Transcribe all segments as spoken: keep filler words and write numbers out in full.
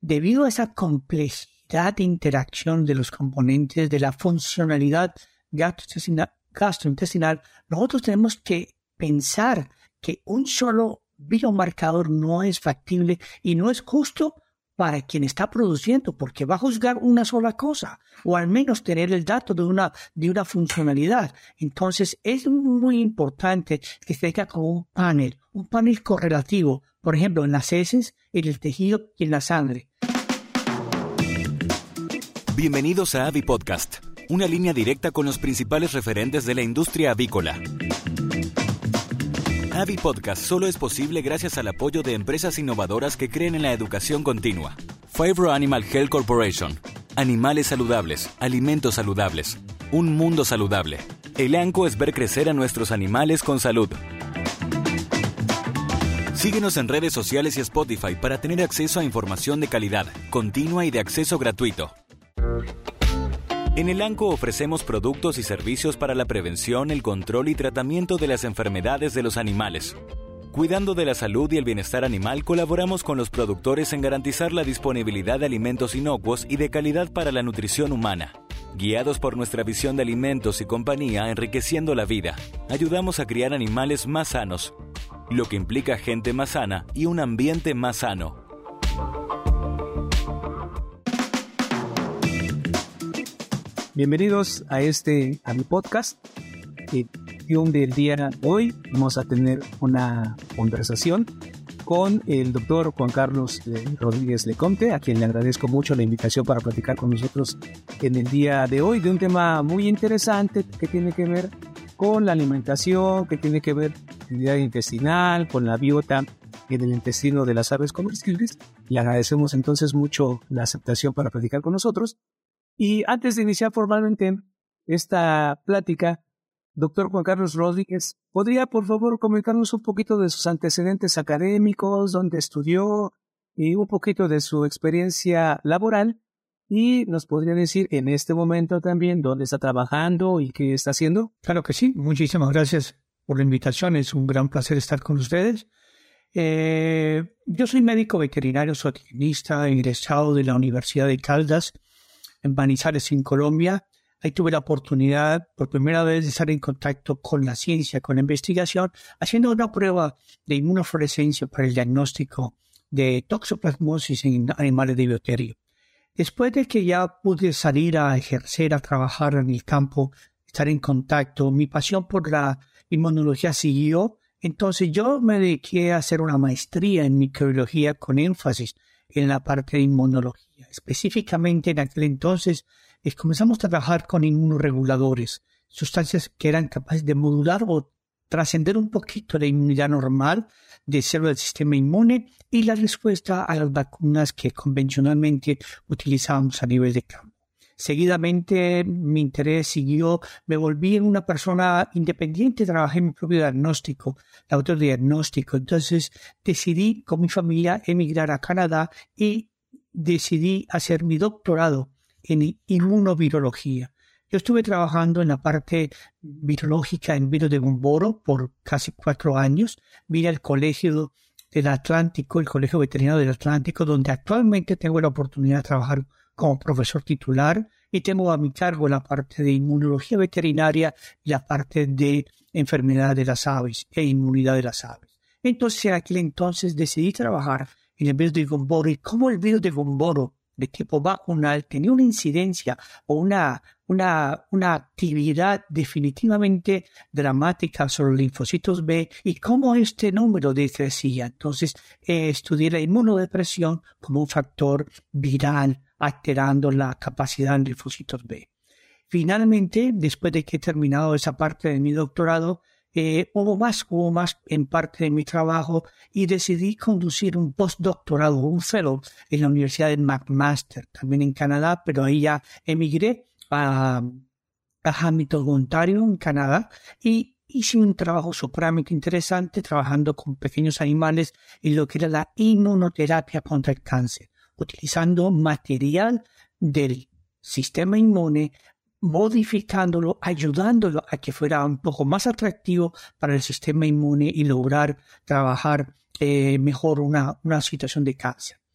debido a esa complejidad de interacción de los componentes de la funcionalidad gastrointestinal, gastrointestinal, nosotros tenemos que pensar que un solo biomarcador no es factible y no es justo para quien está produciendo, porque va a juzgar una sola cosa, o al menos tener el dato de una, de una funcionalidad. Entonces, es muy importante que se tenga como un panel, un panel correlativo, por ejemplo, en las heces, en el tejido y en la sangre. Bienvenidos a Avi Podcast, una línea directa con los principales referentes de la industria avícola. Avi Podcast solo es posible gracias al apoyo de empresas innovadoras que creen en la educación continua. Phibro Animal Health Corporation. Animales saludables, alimentos saludables, un mundo saludable. El ANCO es ver crecer a nuestros animales con salud. Síguenos en redes sociales y Spotify para tener acceso a información de calidad, continua y de acceso gratuito. En el ANCO ofrecemos productos y servicios para la prevención, el control y tratamiento de las enfermedades de los animales. Cuidando de la salud y el bienestar animal, colaboramos con los productores en garantizar la disponibilidad de alimentos inocuos y de calidad para la nutrición humana. Guiados por nuestra visión de alimentos y compañía, enriqueciendo la vida, ayudamos a criar animales más sanos, lo que implica gente más sana y un ambiente más sano. Bienvenidos a este a mi podcast. Edición del día de hoy vamos a tener una conversación con el doctor Juan Carlos Rodríguez Lecomte, a quien le agradezco mucho la invitación para platicar con nosotros en el día de hoy de un tema muy interesante que tiene que ver con la alimentación, que tiene que ver con la actividad intestinal, con la biota en el intestino de las aves comestibles. Le agradecemos entonces mucho la aceptación para platicar con nosotros. Y antes de iniciar formalmente esta plática, doctor Juan Carlos Rodríguez, ¿podría por favor comentarnos un poquito de sus antecedentes académicos, dónde estudió y un poquito de su experiencia laboral? Y nos podría decir en este momento también dónde está trabajando y qué está haciendo. Claro que sí, muchísimas gracias por la invitación, es un gran placer estar con ustedes. Eh, yo soy médico veterinario zootecnista, egresado de la Universidad de Caldas, en Manizales, en Colombia. Ahí tuve la oportunidad por primera vez de estar en contacto con la ciencia, con la investigación, haciendo una prueba de inmunofluorescencia para el diagnóstico de toxoplasmosis en animales de bioterio. Después de que ya pude salir a ejercer, a trabajar en el campo, estar en contacto, mi pasión por la inmunología siguió. Entonces yo me dediqué a hacer una maestría en microbiología con énfasis en la parte de inmunología. Específicamente en aquel entonces eh, comenzamos a trabajar con inmunoreguladores, sustancias que eran capaces de modular o trascender un poquito la inmunidad normal de células del sistema inmune y la respuesta a las vacunas que convencionalmente utilizábamos a nivel de campo. Seguidamente mi interés siguió, me volví una persona independiente, trabajé en mi propio diagnóstico, autodiagnóstico. Entonces decidí con mi familia emigrar a Canadá y decidí hacer mi doctorado en inmunovirología. Yo estuve trabajando en la parte virológica en virus de Gumboro por casi cuatro años. Vine al Colegio del Atlántico, el Colegio Veterinario del Atlántico, donde actualmente tengo la oportunidad de trabajar como profesor titular y tengo a mi cargo la parte de inmunología veterinaria y la parte de enfermedad de las aves e inmunidad de las aves. Entonces, en aquel entonces decidí trabajar en el virus de Gumboro y cómo el virus de Gumboro de tipo vacunal tenía una incidencia o una, una, una actividad definitivamente dramática sobre los linfocitos B y cómo este número decrecía. Entonces, eh, estudié la inmunodepresión como un factor viral alterando la capacidad de linfocitos B. Finalmente, después de que he terminado esa parte de mi doctorado, Eh, hubo más, hubo más en parte de mi trabajo y decidí conducir un postdoctorado, un fellow en la Universidad de McMaster, también en Canadá, pero ahí ya emigré a, a Hamilton, Ontario, en Canadá, y hice un trabajo supremamente interesante trabajando con pequeños animales en lo que era la inmunoterapia contra el cáncer, utilizando material del sistema inmune, modificándolo, ayudándolo a que fuera un poco más atractivo para el sistema inmune y lograr trabajar eh, mejor una, una situación de cáncer.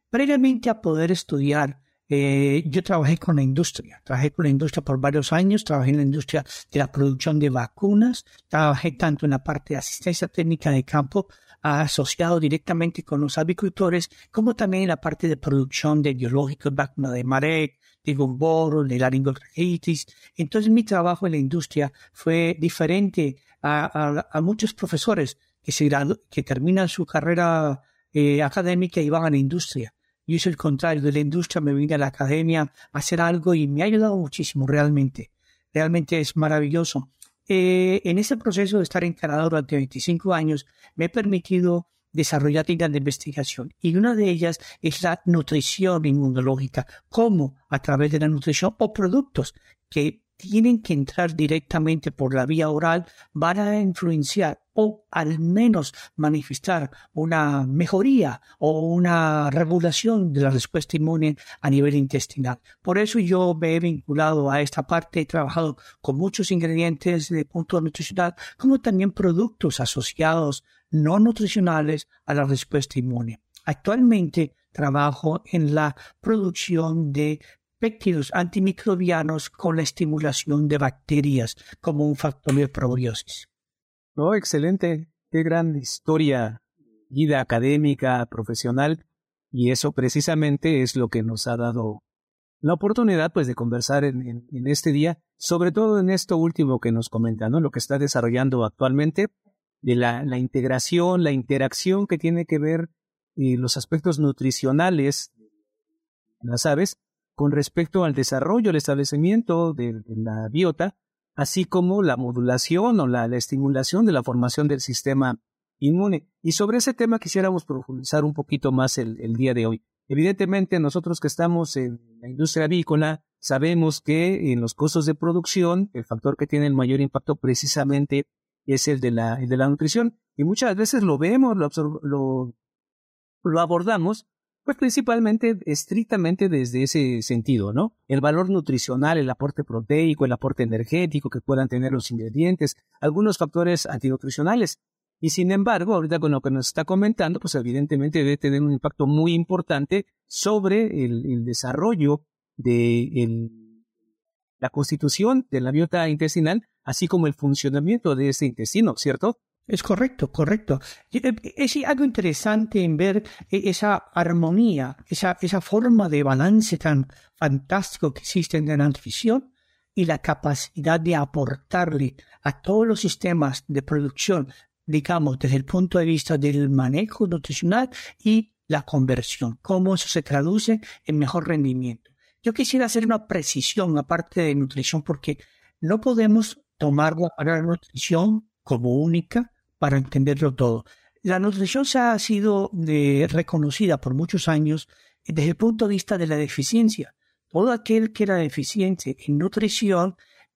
Previamente a poder estudiar, eh, yo trabajé con la industria. Trabajé con la industria por varios años. Trabajé en la industria de la producción de vacunas. Trabajé tanto en la parte de asistencia técnica de campo, asociado directamente con los avicultores, como también en la parte de producción de biológicos, vacuna de Marek, de Gumboro, de laringotraqueitis. Entonces mi trabajo en la industria fue diferente a, a, a muchos profesores que, se gradu- que terminan su carrera eh, académica y van a la industria. Yo hice el contrario, de la industria me vine a la academia a hacer algo y me ha ayudado muchísimo realmente. Realmente es maravilloso. Eh, en ese proceso de estar en Canadá durante veinticinco años me he permitido desarrollar líneas de investigación y una de ellas es la nutrición inmunológica, cómo a través de la nutrición o productos que tienen que entrar directamente por la vía oral van a influenciar o al menos manifestar una mejoría o una regulación de la respuesta inmune a nivel intestinal. Por eso yo me he vinculado a esta parte, he trabajado con muchos ingredientes de punto nutricional, como también productos asociados no nutricionales a la respuesta inmune. Actualmente trabajo en la producción de péptidos antimicrobianos con la estimulación de bacterias como un factor de probiosis. No, excelente. Qué gran historia, vida académica, profesional. Y eso precisamente es lo que nos ha dado la oportunidad pues de conversar en, en, en este día, sobre todo en esto último que nos comenta, ¿no? Lo que está desarrollando actualmente, de la, la integración, la interacción que tiene que ver eh, los aspectos nutricionales de las aves con respecto al desarrollo, el establecimiento de, de la biota, así como la modulación o la, la estimulación de la formación del sistema inmune. Y sobre ese tema quisiéramos profundizar un poquito más el, el día de hoy. Evidentemente, nosotros que estamos en la industria avícola, sabemos que en los costos de producción, el factor que tiene el mayor impacto precisamente es el de la, el de la nutrición. Y muchas veces lo vemos, lo, lo, lo abordamos, pues principalmente, estrictamente desde ese sentido, ¿no? El valor nutricional, el aporte proteico, el aporte energético que puedan tener los ingredientes, algunos factores antinutricionales. Y sin embargo, ahorita con lo que nos está comentando, pues evidentemente debe tener un impacto muy importante sobre el, el desarrollo de el, la constitución de la biota intestinal, así como el funcionamiento de ese intestino, ¿cierto? Es correcto, correcto. Es algo interesante en ver esa armonía, esa, esa forma de balance tan fantástico que existe en la nutrición y la capacidad de aportarle a todos los sistemas de producción, digamos, desde el punto de vista del manejo nutricional y la conversión, cómo eso se traduce en mejor rendimiento. Yo quisiera hacer una precisión aparte de nutrición porque no podemos tomar la palabra nutrición como única para entenderlo todo. La nutrición se ha sido de, reconocida por muchos años desde el punto de vista de la deficiencia. Todo aquel que era deficiente en nutrición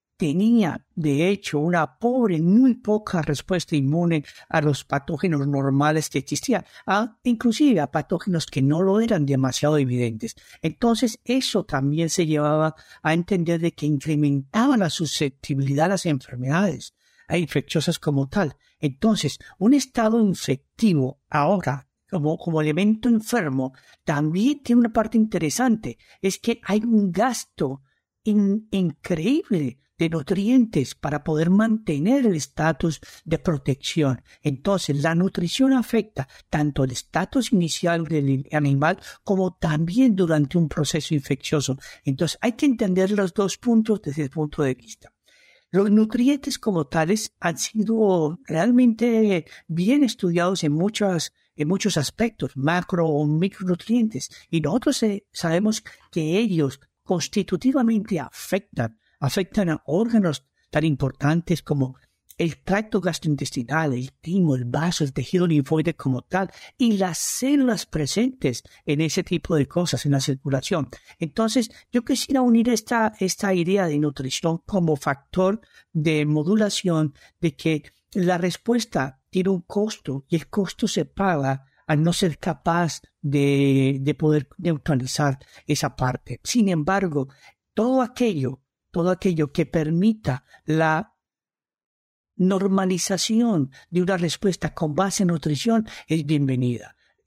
tenía, de hecho, una pobre, muy poca respuesta inmune a los patógenos normales que existían, a, inclusive a patógenos que no lo eran demasiado evidentes. Entonces, eso también se llevaba a entender de que incrementaba la susceptibilidad a las enfermedades infecciosas como tal. Entonces, un estado infectivo ahora, como, como elemento enfermo, también tiene una parte interesante. Es que hay un gasto in, increíble de nutrientes para poder mantener el estatus de protección. Entonces, la nutrición afecta tanto el estatus inicial del animal como también durante un proceso infeccioso. Entonces, hay que entender los dos puntos desde el punto de vista. Los nutrientes como tales han sido realmente bien estudiados en, muchas, en muchos aspectos, macro o micronutrientes, y nosotros eh, sabemos que ellos constitutivamente afectan, afectan a órganos tan importantes como el tracto gastrointestinal, el timo, el vaso, el tejido linfoide como tal, y las células presentes en ese tipo de cosas, en la circulación. Entonces, yo quisiera unir esta, esta idea de nutrición como factor de modulación, de que la respuesta tiene un costo, y el costo se paga al no ser capaz de, de poder neutralizar esa parte. Sin embargo, todo aquello, todo aquello que permita la normalización de una respuesta con base en nutrición es bienvenida.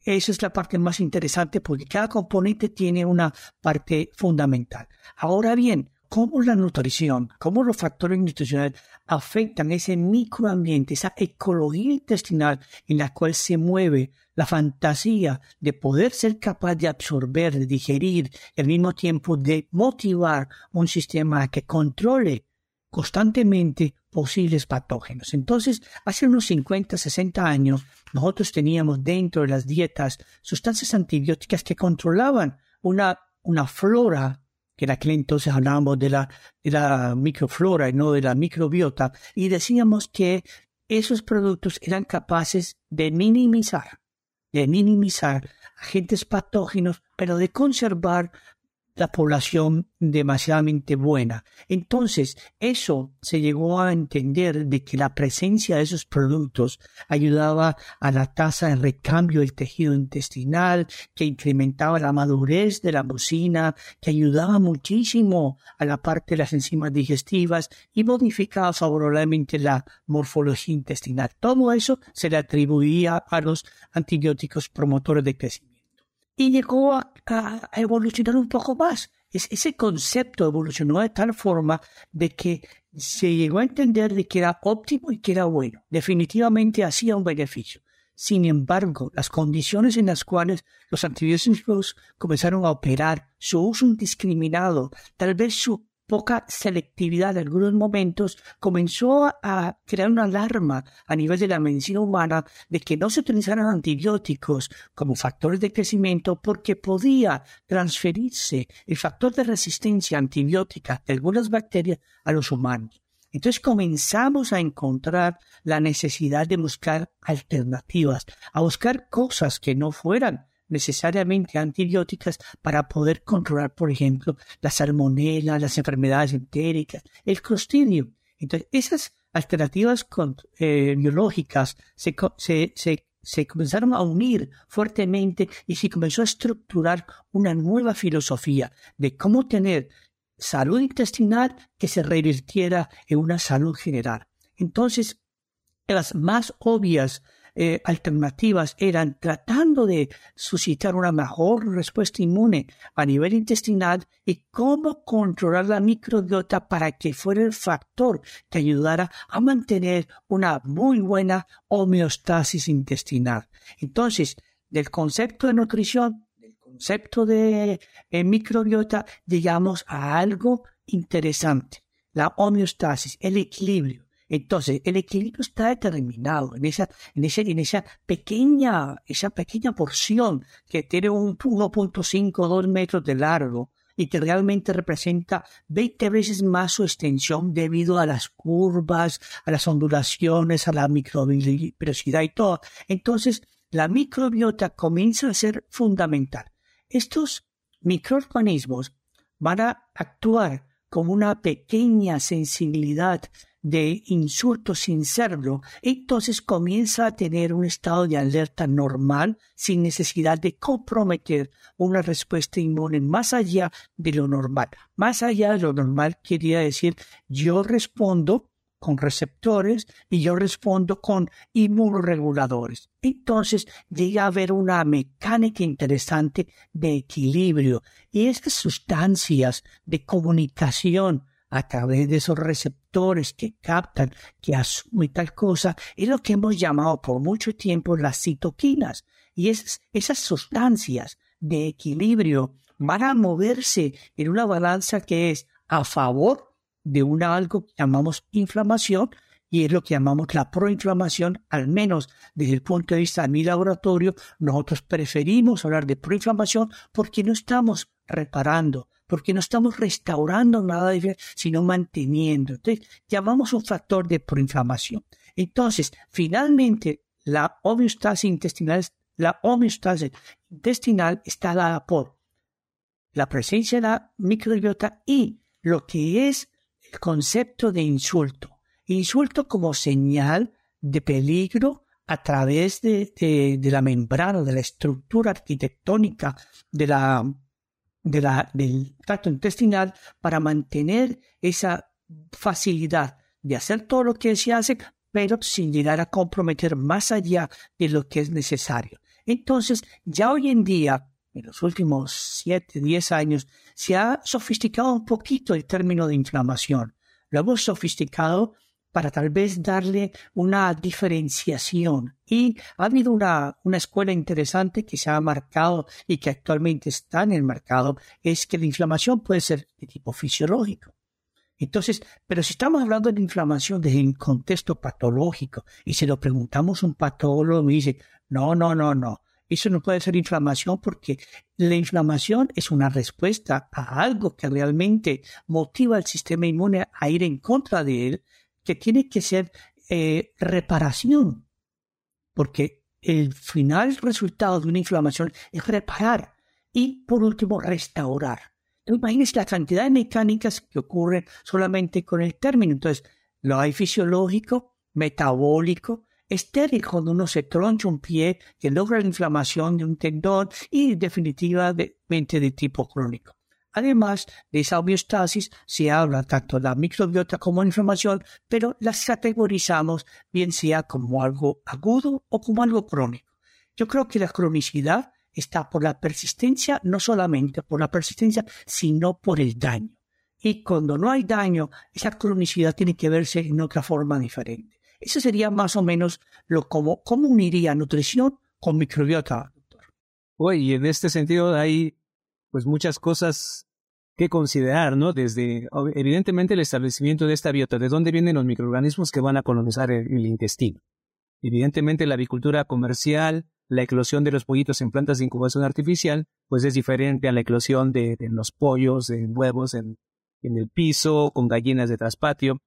esa es la parte más interesante porque cada componente tiene una parte fundamental. Ahora bien, ¿cómo la nutrición, cómo los factores nutricionales afectan ese microambiente, esa ecología intestinal en la cual se mueve la fantasía de poder ser capaz de absorber, de digerir, y al mismo tiempo de motivar un sistema que controle constantemente posibles patógenos? Entonces, hace unos cincuenta, sesenta años, nosotros teníamos dentro de las dietas sustancias antibióticas que controlaban una, una flora, que en aquel entonces hablábamos de la, de la microflora y no de la microbiota, y decíamos que esos productos eran capaces de minimizar, de minimizar agentes patógenos, pero de conservar la población demasiadamente buena. Entonces, eso se llegó a entender de que la presencia de esos productos ayudaba a la tasa de recambio del tejido intestinal, que incrementaba la madurez de la mucina, que ayudaba muchísimo a la parte de las enzimas digestivas y modificaba favorablemente la morfología intestinal. Todo eso se le atribuía a los antibióticos promotores de crecimiento. Y llegó a, a, a evolucionar un poco más. Es, ese concepto evolucionó de tal forma de que se llegó a entender de que era óptimo y que era bueno. Definitivamente hacía un beneficio. Sin embargo, las condiciones en las cuales los antibióticos comenzaron a operar, su uso indiscriminado, tal vez su poca selectividad en algunos momentos, comenzó a crear una alarma a nivel de la medicina humana de que no se utilizaran antibióticos como factores de crecimiento porque podía transferirse el factor de resistencia antibiótica de algunas bacterias a los humanos. Entonces comenzamos a encontrar la necesidad de buscar alternativas, a buscar cosas que no fueran necesariamente antibióticas para poder controlar, por ejemplo, la salmonela, las enfermedades entéricas, el Clostridium. Entonces, esas alternativas con, eh, biológicas se, se, se, se comenzaron a unir fuertemente y se comenzó a estructurar una nueva filosofía de cómo tener salud intestinal que se revirtiera en una salud general. Entonces, las más obvias Eh, alternativas eran tratando de suscitar una mejor respuesta inmune a nivel intestinal y cómo controlar la microbiota para que fuera el factor que ayudara a mantener una muy buena homeostasis intestinal. Entonces, del concepto de nutrición, del concepto de eh, microbiota, llegamos a algo interesante, la homeostasis, el equilibrio. Entonces, el equilibrio está determinado en esa, en esa, en esa pequeña, esa pequeña porción que tiene un uno punto cinco, dos metros de largo y que realmente representa veinte veces más su extensión debido a las curvas, a las ondulaciones, a la microvelocidad y todo. Entonces, la microbiota comienza a ser fundamental. Estos microorganismos van a actuar como una pequeña sensibilidad de insulto sin serlo, entonces comienza a tener un estado de alerta normal sin necesidad de comprometer una respuesta inmune más allá de lo normal. Más allá de lo normal quería decir yo respondo con receptores y yo respondo con inmunoreguladores. Entonces llega a haber una mecánica interesante de equilibrio y estas sustancias de comunicación a través de esos receptores que captan, que asumen tal cosa, es lo que hemos llamado por mucho tiempo las citoquinas. Y esas, esas sustancias de equilibrio van a moverse en una balanza que es a favor de una algo que llamamos inflamación, y es lo que llamamos la proinflamación, al menos desde el punto de vista de mi laboratorio. Nosotros preferimos hablar de proinflamación porque no estamos reparando, porque no estamos restaurando nada, sino manteniendo. Entonces, llamamos un factor de proinflamación. Entonces, finalmente, la homeostasis intestinal, la homeostasis intestinal está dada por la presencia de la microbiota y lo que es el concepto de insulto. Insulto como señal de peligro a través de, de, de la membrana, de la estructura arquitectónica de la, de la, del tracto intestinal para mantener esa facilidad de hacer todo lo que se hace, pero sin llegar a comprometer más allá de lo que es necesario. Entonces, ya hoy en día, en los últimos siete, diez años, se ha sofisticado un poquito el término de inflamación. Lo hemos sofisticado para tal vez darle una diferenciación. Y ha habido una, una escuela interesante que se ha marcado y que actualmente está en el mercado, es que la inflamación puede ser de tipo fisiológico. Entonces, pero si estamos hablando de inflamación desde un contexto patológico y si lo preguntamos a un patólogo me dice, no, no, no, no, eso no puede ser inflamación porque la inflamación es una respuesta a algo que realmente motiva al sistema inmune a ir en contra de él, que tiene que ser eh, reparación, porque el final resultado de una inflamación es reparar y, por último, restaurar. Entonces, imagínense la cantidad de mecánicas que ocurren solamente con el término. Entonces, lo hay fisiológico, metabólico, estéril cuando uno se troncha un pie que logra la inflamación de un tendón y definitivamente de tipo crónico. Además de esa homeostasis, se habla tanto de la microbiota como la inflamación, pero las categorizamos bien sea como algo agudo o como algo crónico. Yo creo que la cronicidad está por la persistencia, no solamente por la persistencia, sino por el daño. Y cuando no hay daño, esa cronicidad tiene que verse en otra forma diferente. Eso sería más o menos lo como, cómo uniría nutrición con microbiota, doctor. Oye, y en este sentido hay pues muchas cosas que considerar, ¿no? Desde, evidentemente, el establecimiento de esta biota, de dónde vienen los microorganismos que van a colonizar el, el intestino. Evidentemente, la avicultura comercial, la eclosión de los pollitos en plantas de incubación artificial, pues es diferente a la eclosión de, de los pollos, de huevos en, en el piso, con gallinas de traspatio,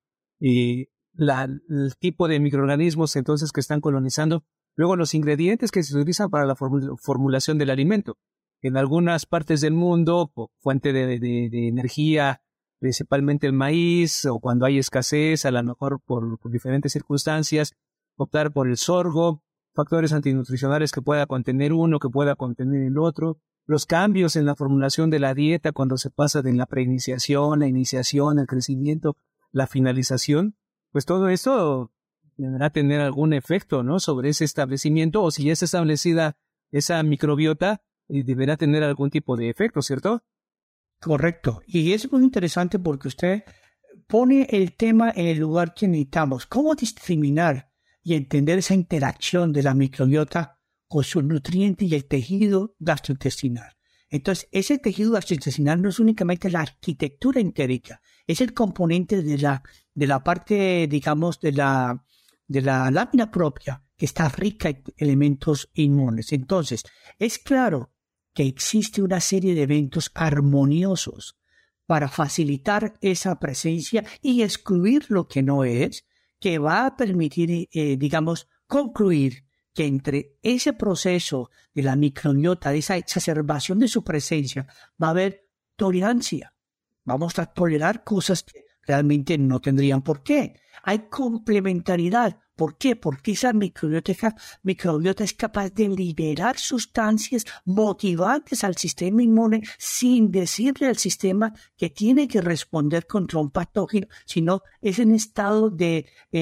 y la, el tipo de microorganismos entonces que están colonizando. Luego, los ingredientes que se utilizan para la formu- formulación del alimento. En algunas partes del mundo, fuente de, de, de energía, principalmente el maíz, o cuando hay escasez, a lo mejor por, por diferentes circunstancias, optar por el sorgo, factores antinutricionales que pueda contener uno, que pueda contener el otro, los cambios en la formulación de la dieta cuando se pasa de la preiniciación, la iniciación, el crecimiento, la finalización, pues todo eso deberá tener algún efecto, ¿no?, sobre ese establecimiento, o si ya está establecida esa microbiota, y deberá tener algún tipo de efecto, ¿cierto? Correcto. Y es muy interesante porque usted pone el tema en el lugar que necesitamos. ¿Cómo discriminar y entender esa interacción de la microbiota con sus nutrientes y el tejido gastrointestinal? Entonces, ese tejido gastrointestinal no es únicamente la arquitectura entérica, es el componente de la, de la parte, digamos, de la, de la lámina propia, que está rica en elementos inmunes. Entonces, es claro que existe una serie de eventos armoniosos para facilitar esa presencia y excluir lo que no es, que va a permitir, eh, digamos, concluir que entre ese proceso de la microbiota, de esa exacerbación de su presencia, va a haber tolerancia. Vamos a tolerar cosas que realmente no tendrían por qué. Hay complementariedad. ¿Por qué? Porque esa microbiota, microbiota es capaz de liberar sustancias motivantes al sistema inmune sin decirle al sistema que tiene que responder contra un patógeno, sino es en estado de,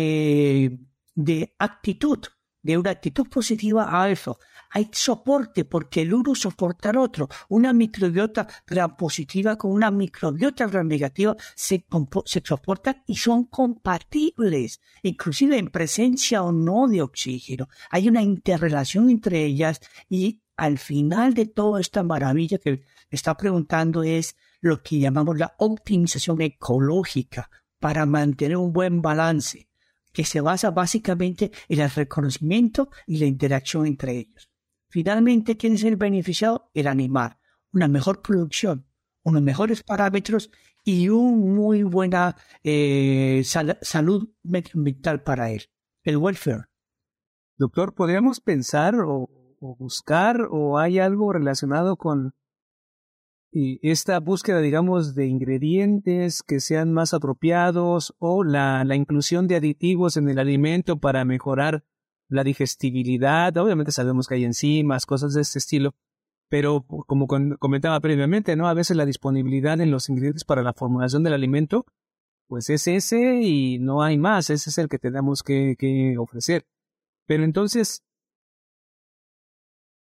eh, de actitud, de una actitud positiva a eso. Hay soporte porque el uno soporta al otro. Una microbiota gram positiva con una microbiota gram negativa se, se soportan y son compatibles, inclusive en presencia o no de oxígeno. Hay una interrelación entre ellas y al final de toda esta maravilla que me está preguntando es lo que llamamos la optimización ecológica para mantener un buen balance, que se basa básicamente en el reconocimiento y la interacción entre ellos. Finalmente, ¿quién es el beneficiado? El animal. Una mejor producción, unos mejores parámetros y una muy buena eh, sal- salud medioambiental para él. El welfare. Doctor, ¿podríamos pensar o, o buscar o hay algo relacionado con y esta búsqueda, digamos, de ingredientes que sean más apropiados o la, la inclusión de aditivos en el alimento para mejorar la digestibilidad? Obviamente sabemos que hay enzimas, cosas de este estilo, pero como con, comentaba previamente, ¿no? A veces la disponibilidad en los ingredientes para la formulación del alimento, pues es ese y no hay más, ese es el que tenemos que, que ofrecer. Pero entonces,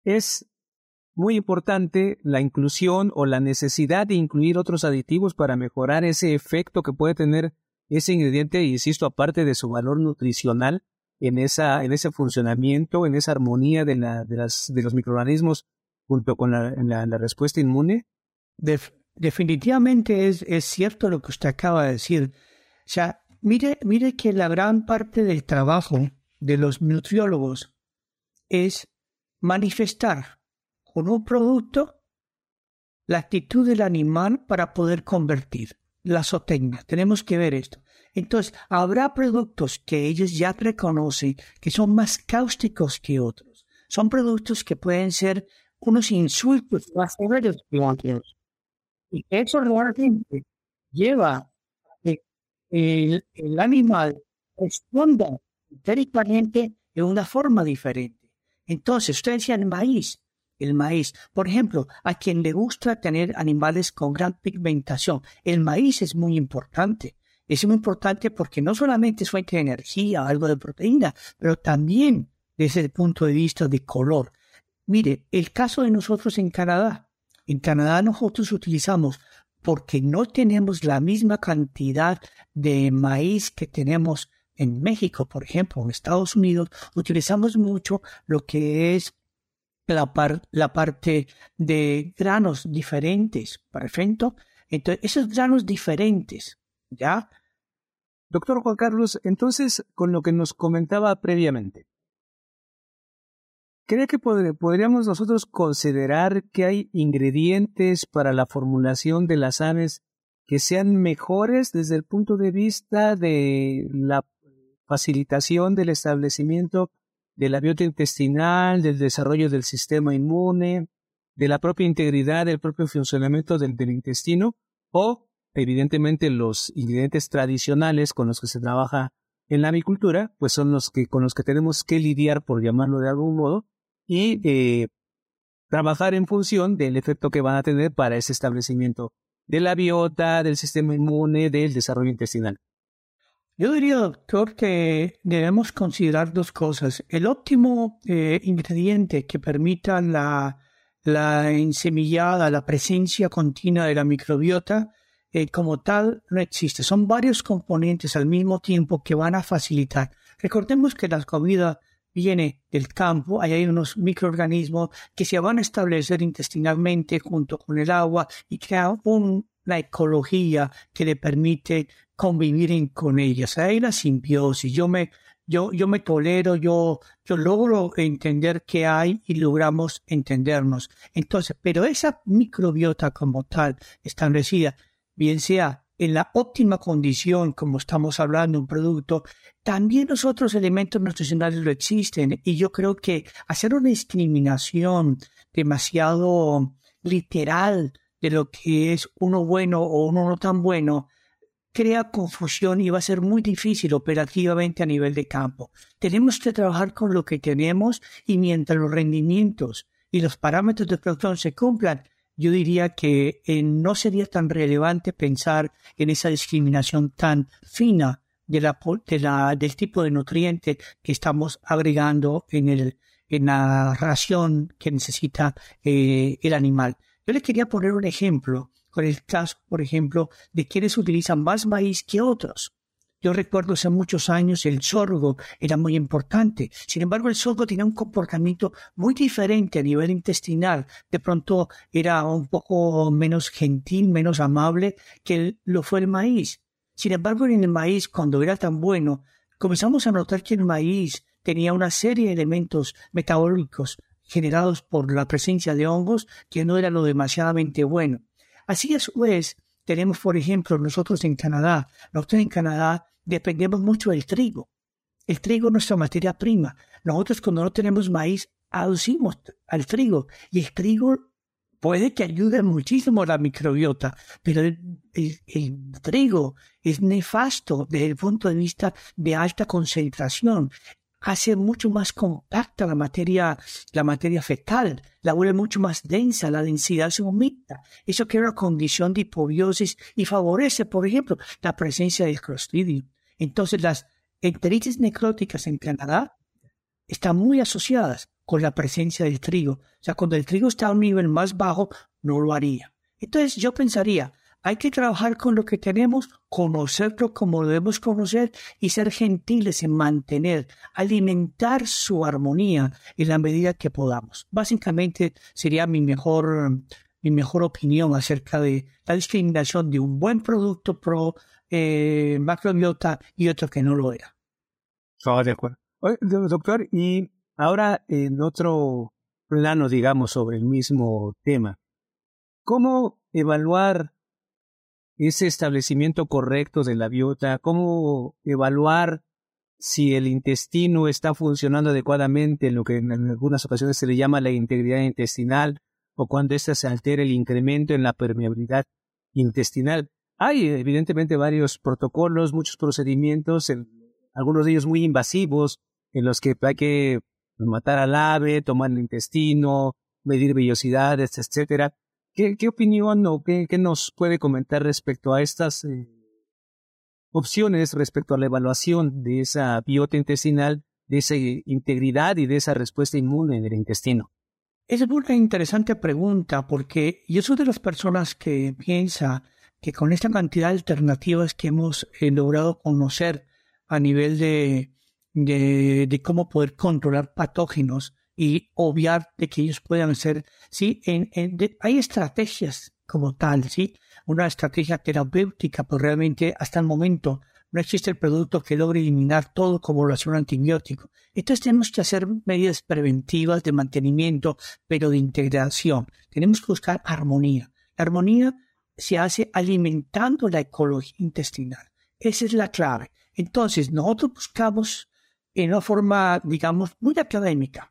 es muy importante la inclusión o la necesidad de incluir otros aditivos para mejorar ese efecto que puede tener ese ingrediente, insisto, aparte de su valor nutricional, en esa en ese funcionamiento, en esa armonía de, la, de, las, de los microorganismos junto con la, la, la respuesta inmune. Def, definitivamente es, es cierto lo que usted acaba de decir. O sea, mire, mire que la gran parte del trabajo de los nutriólogos es manifestar con un producto la actitud del animal para poder convertir la zootecnia. Tenemos que ver esto. Entonces, habrá productos que ellos ya reconocen que son más cáusticos que otros. Son productos que pueden ser unos insultos más severos que otros. Y eso realmente lleva a que el, el animal responda históricamente de una forma diferente. Entonces, usted decía el maíz. El maíz, por ejemplo, a quien le gusta tener animales con gran pigmentación, el maíz es muy importante. Es muy importante porque no solamente es fuente de energía, algo de proteína, pero también desde el punto de vista de color. Mire, el caso de nosotros en Canadá. En Canadá nosotros utilizamos, porque no tenemos la misma cantidad de maíz que tenemos en México, por ejemplo, en Estados Unidos, utilizamos mucho lo que es la, par, la parte de granos diferentes, perfecto. Entonces, esos granos diferentes, ¿ya? Doctor Juan Carlos, entonces, con lo que nos comentaba previamente, ¿cree que pod- podríamos nosotros considerar que hay ingredientes para la formulación de las aves que sean mejores desde el punto de vista de la facilitación del establecimiento de la biota intestinal, del desarrollo del sistema inmune, de la propia integridad, del propio funcionamiento del, del intestino, o evidentemente los ingredientes tradicionales con los que se trabaja en la avicultura, pues son los que con los que tenemos que lidiar, por llamarlo de algún modo, y eh, trabajar en función del efecto que van a tener para ese establecimiento de la biota, del sistema inmune, del desarrollo intestinal? Yo diría, doctor, que debemos considerar dos cosas. El óptimo eh, ingrediente que permita la, la ensemillada, la presencia continua de la microbiota, eh, como tal, no existe. Son varios componentes al mismo tiempo que van a facilitar. Recordemos que la comida viene del campo, ahí hay unos microorganismos que se van a establecer intestinalmente junto con el agua y crean un, una ecología que le permite convivir en, con ellas. Hay la simbiosis. Yo me, yo, yo me tolero, yo, yo logro entender qué hay y logramos entendernos. Entonces, pero esa microbiota como tal establecida, bien sea en la óptima condición, como estamos hablando, un producto, también los otros elementos nutricionales lo existen. Y yo creo que hacer una discriminación demasiado literal de lo que es uno bueno o uno no tan bueno, crea confusión y va a ser muy difícil operativamente a nivel de campo. Tenemos que trabajar con lo que tenemos y mientras los rendimientos y los parámetros de producción se cumplan, yo diría que eh, no sería tan relevante pensar en esa discriminación tan fina de la, de la, del tipo de nutriente que estamos agregando en, el, en la ración que necesita eh, el animal. Yo le quería poner un ejemplo con el caso, por ejemplo, de quienes utilizan más maíz que otros. Yo recuerdo hace muchos años el sorgo era muy importante. Sin embargo, el sorgo tenía un comportamiento muy diferente a nivel intestinal. De pronto era un poco menos gentil, menos amable que lo fue el maíz. Sin embargo, en el maíz, cuando era tan bueno, comenzamos a notar que el maíz tenía una serie de elementos metabólicos generados por la presencia de hongos que no era lo demasiadamente bueno. Así a su vez, tenemos, por ejemplo, nosotros en Canadá, nosotros en Canadá dependemos mucho del trigo. El trigo es nuestra materia prima. Nosotros cuando no tenemos maíz, aducimos al trigo. Y el trigo puede que ayude muchísimo a la microbiota, pero el, el, el trigo es nefasto desde el punto de vista de alta concentración. Hace mucho más compacta la materia, la materia fecal, la vuelve mucho más densa, la densidad se aumenta. Eso crea una condición de hipobiosis y favorece, por ejemplo, la presencia del Clostridium. Entonces, las enteritis necróticas en Canadá están muy asociadas con la presencia del trigo. O sea, cuando el trigo está a un nivel más bajo, no lo haría. Entonces yo pensaría, hay que trabajar con lo que tenemos, conocerlo como lo debemos conocer y ser gentiles en mantener, alimentar su armonía en la medida que podamos. Básicamente sería mi mejor, mi mejor opinión acerca de la discriminación de un buen producto pro eh, macrobiota y otro que no lo era. Oh, de acuerdo. Oye, doctor, y ahora en otro plano, digamos, sobre el mismo tema, ¿cómo evaluar ese establecimiento correcto de la biota? ¿Cómo evaluar si el intestino está funcionando adecuadamente, en lo que en algunas ocasiones se le llama la integridad intestinal, o cuando ésta se altera el incremento en la permeabilidad intestinal? Hay evidentemente varios protocolos, muchos procedimientos, en, algunos de ellos muy invasivos, en los que hay que matar al ave, tomar el intestino, medir vellosidades, etcétera. ¿Qué, qué opinión o qué, qué nos puede comentar respecto a estas eh, opciones, respecto a la evaluación de esa biota intestinal, de esa integridad y de esa respuesta inmune del intestino? Es una interesante pregunta porque yo soy de las personas que piensa que con esta cantidad de alternativas que hemos eh, logrado conocer a nivel de, de, de cómo poder controlar patógenos y obviar de que ellos puedan ser, sí, en, en, de, hay estrategias como tal, sí, una estrategia terapéutica, pero realmente hasta el momento no existe el producto que logre eliminar todo como lo hace un antibiótico. Entonces tenemos que hacer medidas preventivas de mantenimiento, pero de integración. Tenemos que buscar armonía. La armonía se hace alimentando la ecología intestinal. Esa es la clave. Entonces nosotros buscamos en una forma, digamos, muy académica,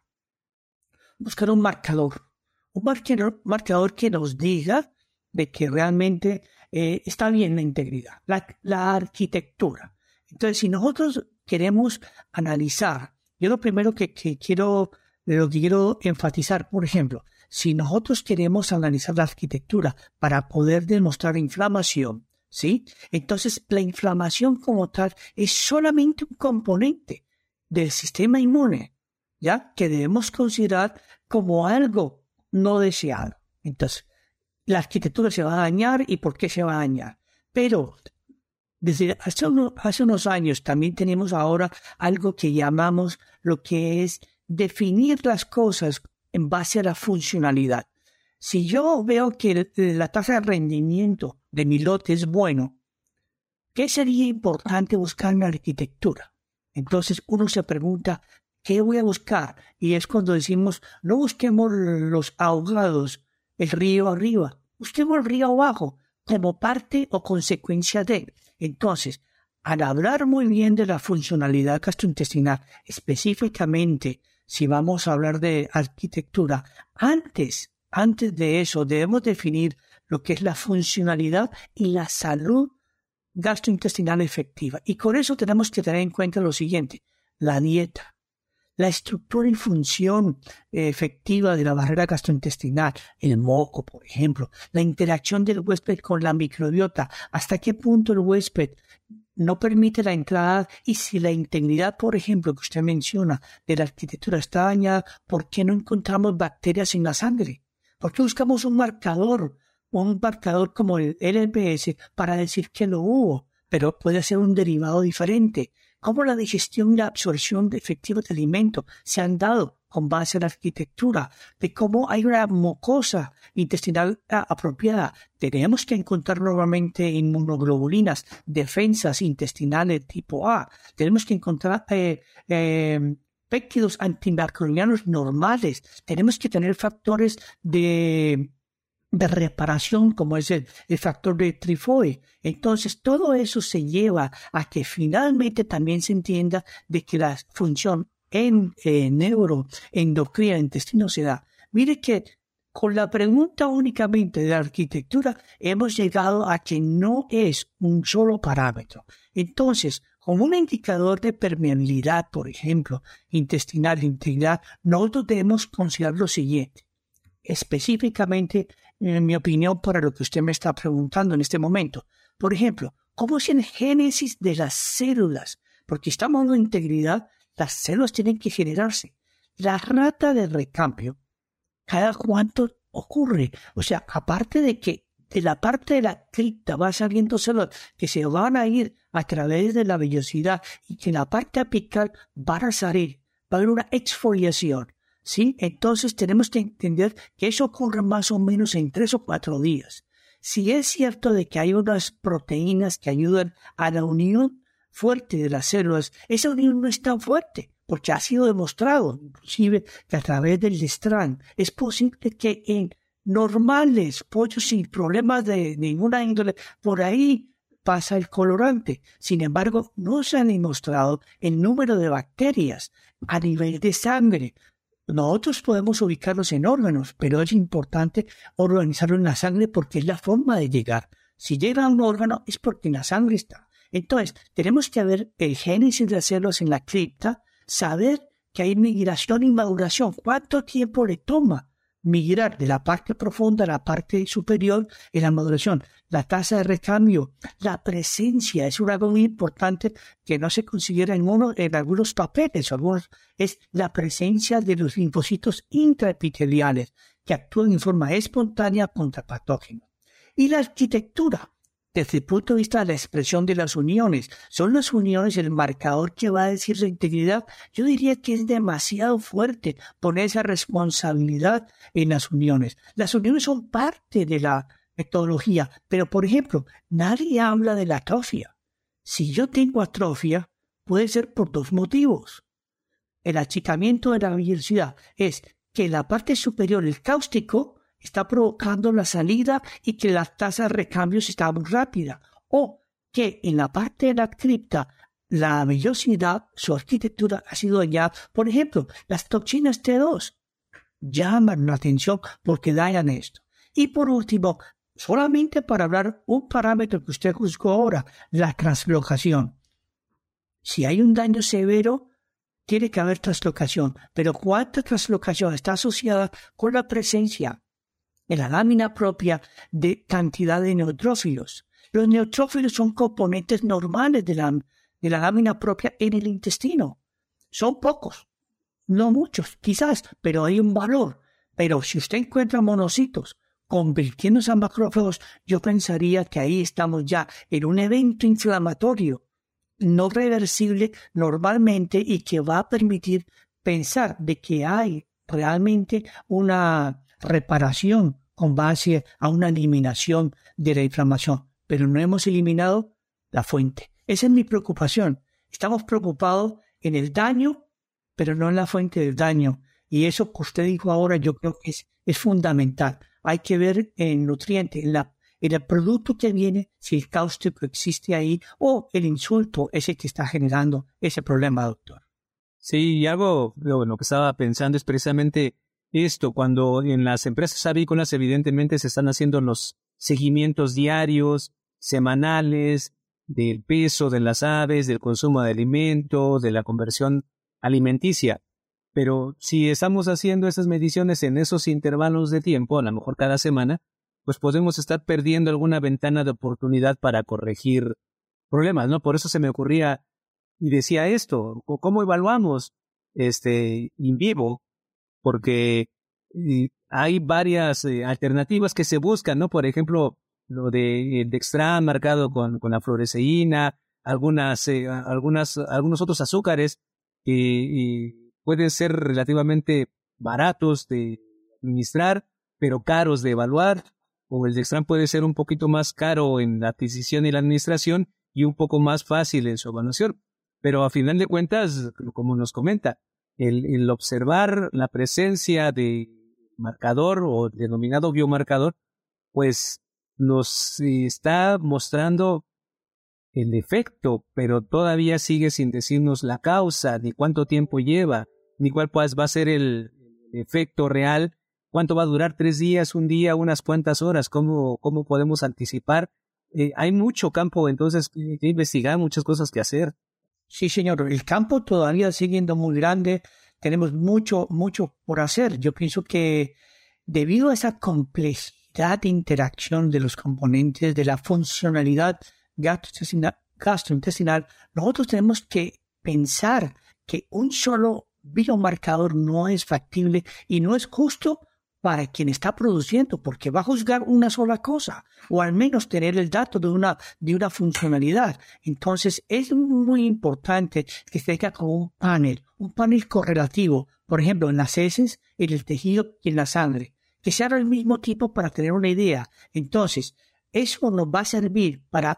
buscar un marcador, un marcador, marcador que nos diga de que realmente eh, está bien la integridad, la, la arquitectura. Entonces, si nosotros queremos analizar, yo lo primero que, que quiero, lo que quiero enfatizar, por ejemplo, si nosotros queremos analizar la arquitectura para poder demostrar inflamación, ¿sí? Entonces, la inflamación como tal es solamente un componente del sistema inmune, ¿ya? Que debemos considerar como algo no deseado. Entonces, la arquitectura se va a dañar y ¿por qué se va a dañar? Pero desde hace, uno, hace unos años también tenemos ahora algo que llamamos lo que es definir las cosas en base a la funcionalidad. Si yo veo que la tasa de rendimiento de mi lote es bueno, ¿qué sería importante buscar en la arquitectura? Entonces uno se pregunta, ¿qué voy a buscar? Y es cuando decimos, no busquemos los ahogados, el río arriba, busquemos el río abajo, como parte o consecuencia de. Entonces, al hablar muy bien de la funcionalidad gastrointestinal, específicamente, si vamos a hablar de arquitectura, antes, antes de eso debemos definir lo que es la funcionalidad y la salud gastrointestinal efectiva. Y con eso tenemos que tener en cuenta lo siguiente, la dieta, la estructura y función eh, efectiva de la barrera gastrointestinal, el moco, por ejemplo, la interacción del huésped con la microbiota, hasta qué punto el huésped no permite la entrada y si la integridad, por ejemplo, que usted menciona de la arquitectura está dañada, ¿por qué no encontramos bacterias en la sangre? ¿Por qué buscamos un marcador, un marcador como el L P S para decir que lo hubo, pero puede ser un derivado diferente? ¿Cómo la digestión y la absorción efectiva de alimento se han dado con base a la arquitectura? De cómo hay una mucosa intestinal apropiada. Tenemos que encontrar nuevamente inmunoglobulinas, defensas intestinales tipo A. Tenemos que encontrar eh, eh, péptidos antimicrobianos normales. Tenemos que tener factores de... de reparación, como es el, el factor de Trifoe. Entonces, todo eso se lleva a que finalmente también se entienda de que la función en eh, neuroendocrina intestino se da. Mire que con la pregunta únicamente de la arquitectura hemos llegado a que no es un solo parámetro. Entonces, como un indicador de permeabilidad, por ejemplo, intestinal de integridad, nosotros debemos considerar lo siguiente. Específicamente, en mi opinión, para lo que usted me está preguntando en este momento. Por ejemplo, ¿cómo es el génesis de las células? Porque estamos hablando de integridad, las células tienen que generarse. La rata de recambio, ¿cada cuánto ocurre? O sea, aparte de que de la parte de la cripta va saliendo células que se van a ir a través de la vellosidad y que en la parte apical van a salir, va a haber una exfoliación, ¿sí? Entonces tenemos que entender que eso ocurre más o menos en tres o cuatro días. Si es cierto de que hay unas proteínas que ayudan a la unión fuerte de las células, esa unión no es tan fuerte, porque ha sido demostrado, inclusive, que a través del Destran es posible que en normales pollos sin problemas de ninguna índole, por ahí pasa el colorante. Sin embargo, no se ha demostrado el número de bacterias a nivel de sangre. Nosotros podemos ubicarlos en órganos, pero es importante organizarlo en la sangre porque es la forma de llegar. Si llega a un órgano es porque en la sangre está. Entonces, tenemos que ver el génesis de las células en la cripta, saber que hay migración y maduración. ¿Cuánto tiempo le toma migrar de la parte profunda a la parte superior en la maduración? La tasa de recambio, la presencia, es algo muy importante que no se considera en, uno, en algunos papeles, algunos, es la presencia de los linfocitos intraepiteliales que actúan en forma espontánea contra patógenos. Y la arquitectura, desde el punto de vista de la expresión de las uniones, ¿son las uniones el marcador que va a decir la integridad? Yo diría que es demasiado fuerte poner esa responsabilidad en las uniones. Las uniones son parte de la metodología, pero por ejemplo, nadie habla de la atrofia. Si yo tengo atrofia, puede ser por dos motivos. El achicamiento de la vellosidad es que la parte superior, el cáustico, está provocando la salida y que la tasa de recambios está muy rápida. O que en la parte de la cripta, la vellosidad, su arquitectura ha sido dañada. Por ejemplo, las toxinas T dos llaman la atención porque dañan esto. Y por último, solamente para hablar un parámetro que usted juzgó ahora, la translocación. Si hay un daño severo, tiene que haber translocación. Pero ¿cuánta translocación está asociada con la presencia en la lámina propia de cantidad de neutrófilos? Los neutrófilos son componentes normales de la, de la lámina propia en el intestino. Son pocos, no muchos, quizás, pero hay un valor. Pero si usted encuentra monocitos convirtiéndose a macrófagos, yo pensaría que ahí estamos ya en un evento inflamatorio no reversible normalmente y que va a permitir pensar de que hay realmente una reparación con base a una eliminación de la inflamación, pero no hemos eliminado la fuente. Esa es mi preocupación. Estamos preocupados en el daño, pero no en la fuente del daño. Y eso que usted dijo ahora yo creo que es, es fundamental. Hay que ver el nutriente, en, la, en el producto que viene, si el cáustico existe ahí o el insulto es el que está generando ese problema, doctor. Sí, y algo lo, lo que estaba pensando es precisamente esto, cuando en las empresas avícolas evidentemente se están haciendo los seguimientos diarios, semanales, del peso de las aves, del consumo de alimentos, de la conversión alimenticia. Pero si estamos haciendo esas mediciones en esos intervalos de tiempo, a lo mejor cada semana, pues podemos estar perdiendo alguna ventana de oportunidad para corregir problemas, ¿no? Por eso se me ocurría y decía esto, ¿cómo evaluamos este in vivo? Porque hay varias eh, alternativas que se buscan, ¿no? Por ejemplo, lo de eh, Dextran marcado con, con la fluoresceína, algunas, eh, algunas, algunos otros azúcares que eh, pueden ser relativamente baratos de administrar, pero caros de evaluar, o el Dextran puede ser un poquito más caro en la adquisición y la administración y un poco más fácil en su evaluación. Pero a final de cuentas, como nos comenta, el, el observar la presencia de marcador o denominado biomarcador, pues nos está mostrando el efecto, pero todavía sigue sin decirnos la causa, ni cuánto tiempo lleva, ni cuál pues, va a ser el efecto real, cuánto va a durar, tres días, un día, unas cuantas horas, cómo, cómo podemos anticipar. Eh, hay mucho campo, entonces, que investigar, muchas cosas que hacer. Sí, señor, el campo todavía sigue siendo muy grande, tenemos mucho, mucho por hacer. Yo pienso que debido a esa complejidad de interacción de los componentes, de la funcionalidad gastrointestinal, gastrointestinal, nosotros tenemos que pensar que un solo biomarcador no es factible y no es justo para quien está produciendo, porque va a juzgar una sola cosa, o al menos tener el dato de una, de una funcionalidad. Entonces, es muy importante que se tenga como un panel, un panel correlativo, por ejemplo, en las heces, en el tejido y en la sangre, que sea del mismo tipo para tener una idea. Entonces, eso nos va a servir para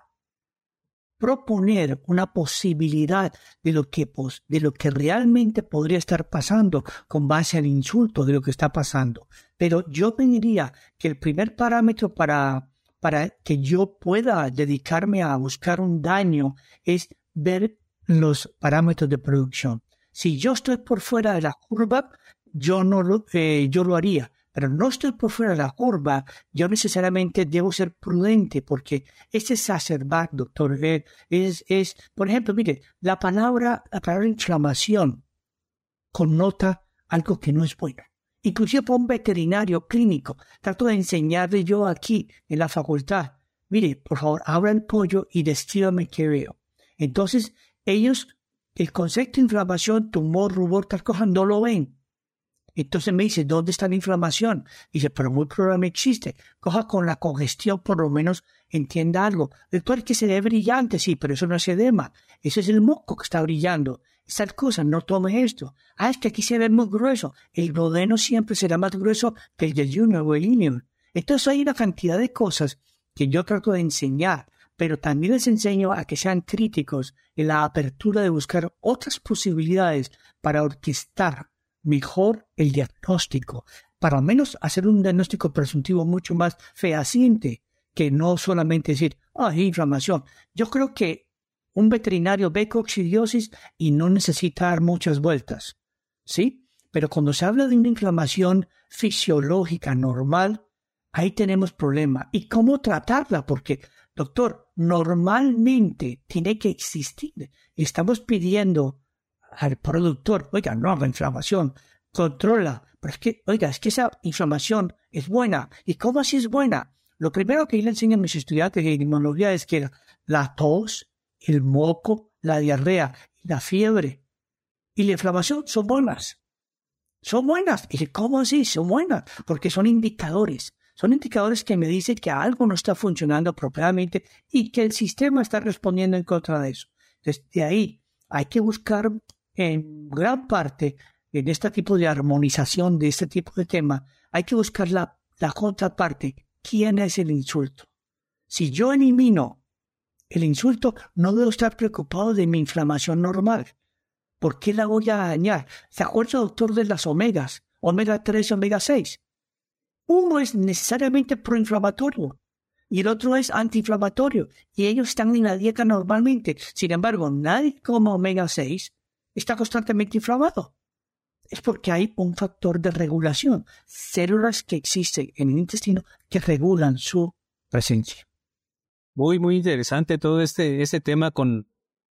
proponer una posibilidad de lo que de lo que realmente podría estar pasando con base al insulto de lo que está pasando. Pero yo diría que el primer parámetro para, para que yo pueda dedicarme a buscar un daño es ver los parámetros de producción. Si yo estoy por fuera de la curva, yo no lo, eh, yo lo haría. Pero no estoy por fuera de la curva, yo necesariamente debo ser prudente porque ese exacerbar, doctor, es, es, por ejemplo, mire, la palabra, la palabra inflamación connota algo que no es bueno. Inclusive para un veterinario clínico, trato de enseñarle yo aquí en la facultad, mire, por favor, abra el pollo y descríbame qué veo. Entonces, ellos, el concepto de inflamación, tumor, rubor, tal cosa, no lo ven. Entonces me dice, ¿dónde está la inflamación? Dice, pero muy probablemente existe. Coja con la congestión, por lo menos entienda algo. Doctor, es que se ve brillante, sí, pero eso no es edema. Eso es el moco que está brillando. Esas cosas, no tome esto. Ah, es que aquí se ve muy grueso. El duodeno siempre será más grueso que el del junior o el ilium. Entonces hay una cantidad de cosas que yo trato de enseñar, pero también les enseño a que sean críticos en la apertura de buscar otras posibilidades para orquestar mejor el diagnóstico, para al menos hacer un diagnóstico presuntivo mucho más fehaciente que no solamente decir, ah, hay inflamación. Yo creo que un veterinario ve coccidiosis y no necesita dar muchas vueltas, ¿sí? Pero cuando se habla de una inflamación fisiológica normal, ahí tenemos problema. ¿Y cómo tratarla? Porque, doctor, normalmente tiene que existir. Estamos pidiendo al productor, oiga, no haga inflamación, controla, pero es que, oiga, es que esa inflamación es buena. ¿Y cómo así es buena? Lo primero que yo le enseño a mis estudiantes de inmunología es que la tos, el moco, la diarrea, la fiebre y la inflamación son buenas. Son buenas. Y ¿cómo así? Son buenas. Porque son indicadores. Son indicadores que me dicen que algo no está funcionando apropiadamente y que el sistema está respondiendo en contra de eso. Entonces, de ahí hay que buscar en gran parte, en este tipo de armonización de este tipo de tema, hay que buscar la, la contraparte. ¿Quién es el insulto? Si yo elimino el insulto, no debo estar preocupado de mi inflamación normal. ¿Por qué la voy a dañar? ¿Se acuerda, doctor, de las omegas? Omega tres, omega seis. Uno es necesariamente proinflamatorio y el otro es antiinflamatorio. Y ellos están en la dieta normalmente. Sin embargo, nadie come omega seis está constantemente inflamado. Es porque hay un factor de regulación. Células que existen en el intestino que regulan su presencia. Muy, muy interesante todo este, este tema con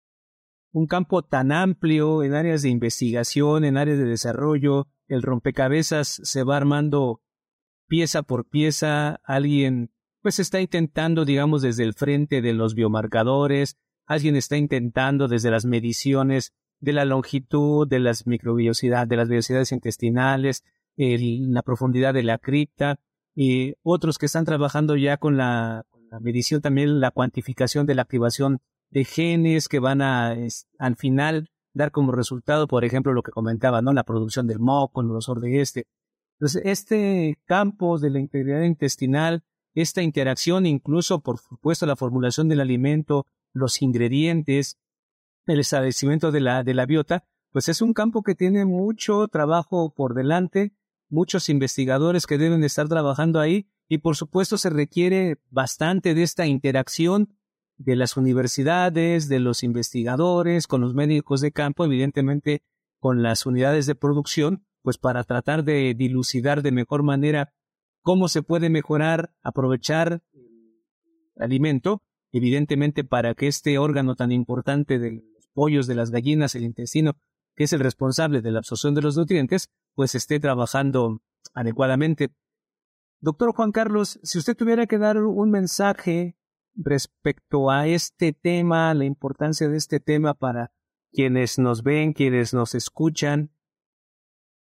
un campo tan amplio en áreas de investigación, en áreas de desarrollo. El rompecabezas se va armando pieza por pieza. Alguien pues está intentando, digamos, desde el frente de los biomarcadores. Alguien está intentando desde las mediciones de la longitud, de las microbiosidades, de las vellosidades intestinales, el, la profundidad de la cripta, y otros que están trabajando ya con la, con la medición, también la cuantificación de la activación de genes que van a, es, al final, dar como resultado, por ejemplo, lo que comentaba, ¿no? La producción del moco, el grosor de este. Entonces, este campo de la integridad intestinal, esta interacción, incluso, por supuesto, la formulación del alimento, los ingredientes, el establecimiento de la, de la biota, pues es un campo que tiene mucho trabajo por delante, muchos investigadores que deben estar trabajando ahí, y por supuesto se requiere bastante de esta interacción de las universidades, de los investigadores, con los médicos de campo, evidentemente con las unidades de producción, pues para tratar de dilucidar de mejor manera cómo se puede mejorar, aprovechar el alimento, evidentemente para que este órgano tan importante de los pollos, de las gallinas, el intestino, que es el responsable de la absorción de los nutrientes, pues esté trabajando adecuadamente. Doctor Juan Carlos, si usted tuviera que dar un mensaje respecto a este tema, la importancia de este tema para quienes nos ven, quienes nos escuchan,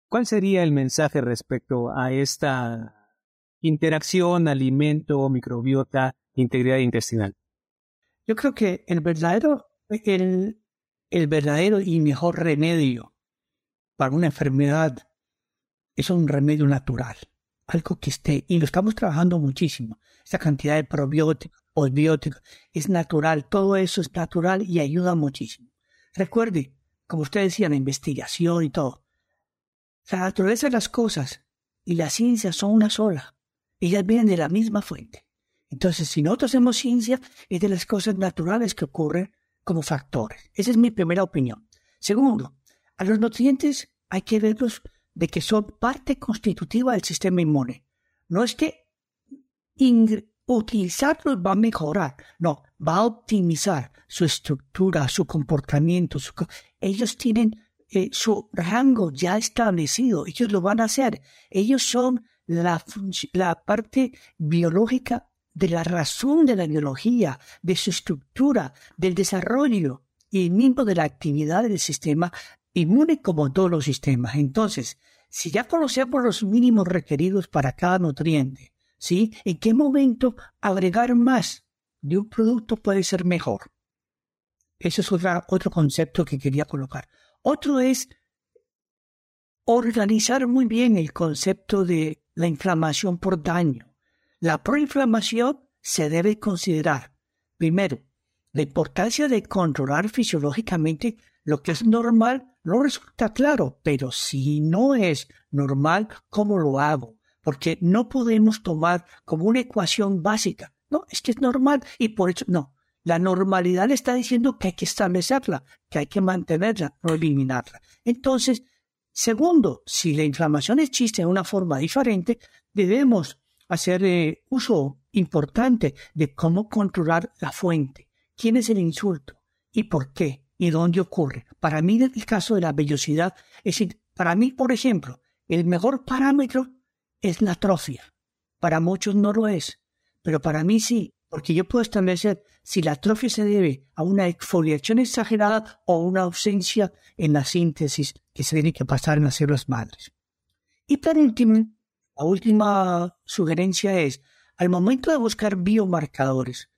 ¿Cuál sería el mensaje respecto a esta interacción, alimento, microbiota, integridad intestinal? Yo creo que el verdadero, el, el verdadero y mejor remedio para una enfermedad es un remedio natural, algo que esté, y lo estamos trabajando muchísimo. Esa cantidad de probióticos, postbióticos, es natural, todo eso es natural y ayuda muchísimo. Recuerde, como usted decía, la investigación y todo, la naturaleza de las cosas y la ciencia son una sola, ellas vienen de la misma fuente. Entonces, si nosotros hacemos ciencia, es de las cosas naturales que ocurren como factores. Esa es mi primera opinión. Segundo, a los nutrientes hay que verlos de que son parte constitutiva del sistema inmune. No es que utilizarlos va a mejorar, no, va a optimizar su estructura, su comportamiento. Su, ellos tienen eh, su rango ya establecido, ellos lo van a hacer. Ellos son la, la parte biológica de la razón de la biología, de su estructura, del desarrollo y mismo de la actividad del sistema inmune como todos los sistemas. Entonces, si ya conocemos los mínimos requeridos para cada nutriente, ¿sí? ¿En qué momento agregar más de un producto puede ser mejor? Ese es otra, otro concepto que quería colocar. Otro es organizar muy bien el concepto de la inflamación por daño. La proinflamación se debe considerar, primero, la importancia de controlar fisiológicamente lo que es normal. No resulta claro, pero si no es normal, ¿cómo lo hago? Porque no podemos tomar como una ecuación básica. No, es que es normal y por eso no. La normalidad le está diciendo que hay que establecerla, que hay que mantenerla, no eliminarla. Entonces, segundo, si la inflamación existe de una forma diferente, debemos hacer eh, uso importante de cómo controlar la fuente. ¿Quién es el insulto? ¿Y por qué? ¿Y dónde ocurre? Para mí, en el caso de la vellosidad, es decir, para mí, por ejemplo, el mejor parámetro es la atrofia. Para muchos no lo es, pero para mí sí, porque yo puedo establecer si la atrofia se debe a una exfoliación exagerada o una ausencia en la síntesis que se tiene que pasar en las células madres. Y por último, la última sugerencia es, al momento de buscar biomarcadores,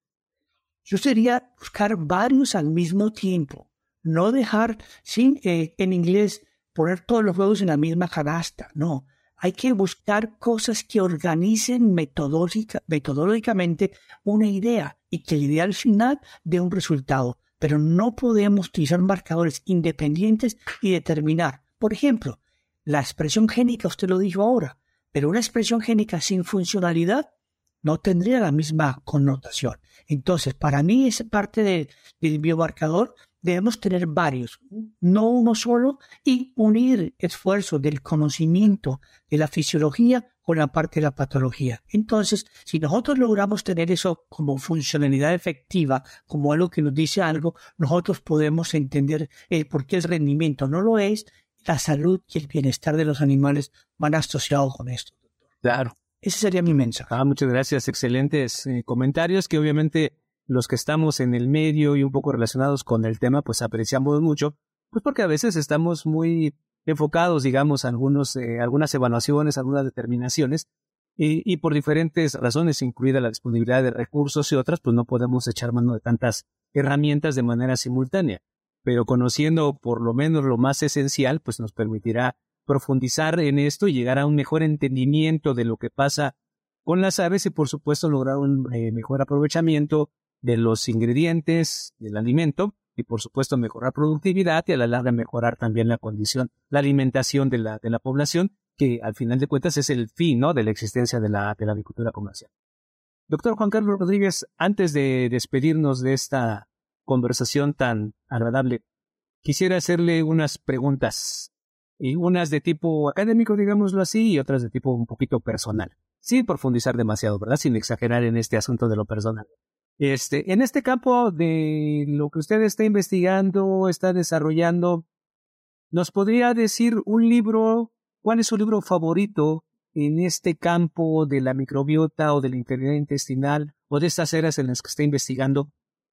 yo sería buscar varios al mismo tiempo, no dejar, sin, eh, en inglés, poner todos los huevos en la misma canasta, no. Hay que buscar cosas que organicen metodológica, metodológicamente una idea y que la idea al final dé un resultado, pero no podemos utilizar marcadores independientes y determinar, por ejemplo, la expresión génica, usted lo dijo ahora, pero una expresión génica sin funcionalidad no tendría la misma connotación. Entonces, para mí, esa parte de, del biomarcador debemos tener varios, no uno solo, y unir esfuerzos del conocimiento de la fisiología con la parte de la patología. Entonces, si nosotros logramos tener eso como funcionalidad efectiva, como algo que nos dice algo, nosotros podemos entender el por qué el rendimiento no lo es, la salud y el bienestar de los animales van asociados con esto. Claro. Ese sería mi mensaje. Ah, muchas gracias. Excelentes eh, comentarios que obviamente los que estamos en el medio y un poco relacionados con el tema, pues apreciamos mucho, pues porque a veces estamos muy enfocados, digamos, a algunos, eh, algunas evaluaciones, algunas determinaciones, y, y por diferentes razones, incluida la disponibilidad de recursos y otras, pues no podemos echar mano de tantas herramientas de manera simultánea. Pero conociendo por lo menos lo más esencial, pues nos permitirá profundizar en esto y llegar a un mejor entendimiento de lo que pasa con las aves y por supuesto lograr un eh, mejor aprovechamiento de los ingredientes del alimento y por supuesto mejorar productividad y a la larga mejorar también la condición, la alimentación de la, de la población, que al final de cuentas es el fin, ¿no?, de la existencia de la, de la agricultura comercial. Doctor Juan Carlos Rodríguez, antes de despedirnos de esta conversación tan agradable, quisiera hacerle unas preguntas. Y unas de tipo académico, digámoslo así, y otras de tipo un poquito personal. Sin profundizar demasiado, ¿verdad? Sin exagerar en este asunto de lo personal. Este, en este campo de lo que usted está investigando, está desarrollando, ¿nos podría decir un libro, cuál es su libro favorito en este campo de la microbiota o de la integridad intestinal, o de estas áreas en las que está investigando?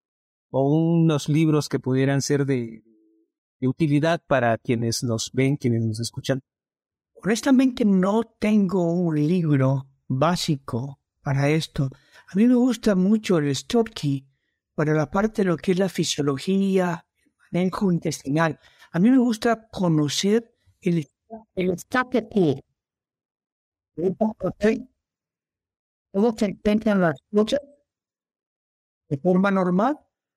O unos libros que pudieran ser de... de utilidad para quienes nos ven, quienes nos escuchan. honestamente no tengo un libro básico para esto. A mí me gusta mucho el Storkey para la parte de lo que es la fisiología, el manejo intestinal. A mí me gusta conocer el, el Storkey. Cómo se encuentran las cosas de forma normal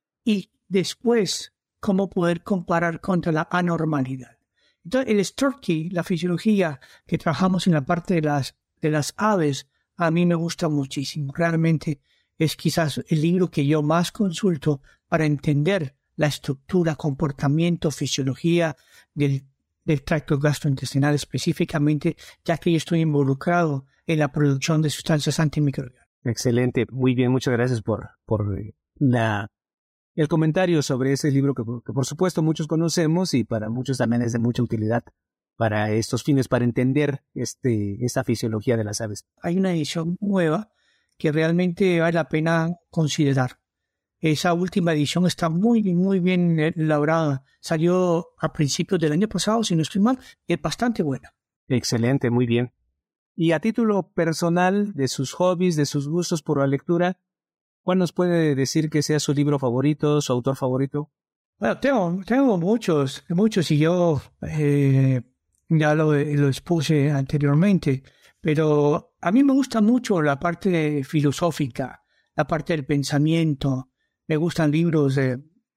y después cómo poder comparar contra la anormalidad. Entonces, el Storkey, la fisiología que trabajamos en la parte de las, de las aves, a mí me gusta muchísimo. Realmente es quizás el libro que yo más consulto para entender la estructura, comportamiento, fisiología del, del tracto gastrointestinal específicamente, ya que yo estoy involucrado en la producción de sustancias antimicrobianas. Excelente, muy bien, muchas gracias por, por la, el comentario sobre ese libro que, que por supuesto muchos conocemos y para muchos también es de mucha utilidad para estos fines, para entender este, esta fisiología de las aves. Hay una edición nueva que realmente vale la pena considerar. Esa última edición está muy, muy bien elaborada. Salió a principios del año pasado, si no estoy mal, y es bastante buena. Excelente, muy bien. Y a título personal, de sus hobbies, de sus gustos por la lectura, ¿cuál nos puede decir que sea su libro favorito, su autor favorito? Bueno, tengo, tengo muchos, muchos y yo eh, ya lo, lo expuse anteriormente, pero a mí me gusta mucho la parte filosófica, la parte del pensamiento. Me gustan libros de,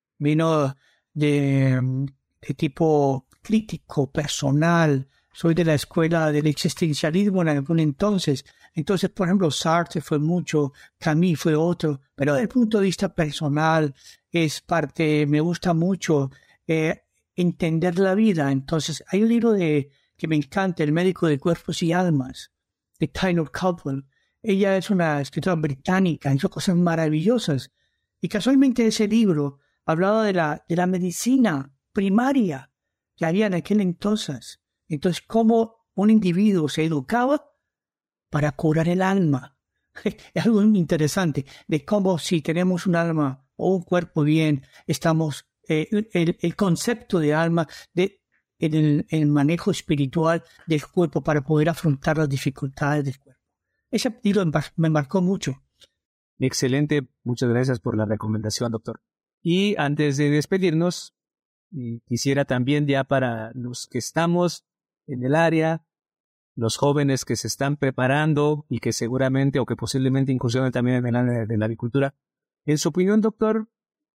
vino de, de tipo crítico, personal. Soy de la escuela del existencialismo en algún entonces. Entonces, por ejemplo, Sartre fue mucho, Camus fue otro, pero desde el punto de vista personal es parte, me gusta mucho eh, entender la vida. Entonces, hay un libro de que me encanta, El médico de cuerpos y almas, de Tyler Caldwell. Ella es una escritora británica, hizo cosas maravillosas. Y casualmente ese libro hablaba de la, de la medicina primaria que había en aquel entonces. Entonces, cómo un individuo se educaba para curar el alma. Es algo interesante de cómo si tenemos un alma o un cuerpo bien, estamos, eh, el, el concepto de alma, de el, el manejo espiritual del cuerpo para poder afrontar las dificultades del cuerpo. Ese libro me marcó mucho. Excelente, muchas gracias por la recomendación, doctor. Y antes de despedirnos, quisiera también ya para los que estamos en el área, los jóvenes que se están preparando y que seguramente o que posiblemente incursionen también en el área de la avicultura. En su opinión, doctor,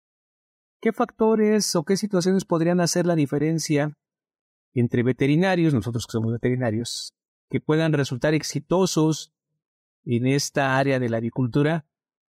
¿qué factores o qué situaciones podrían hacer la diferencia entre veterinarios, nosotros que somos veterinarios, que puedan resultar exitosos en esta área de la avicultura,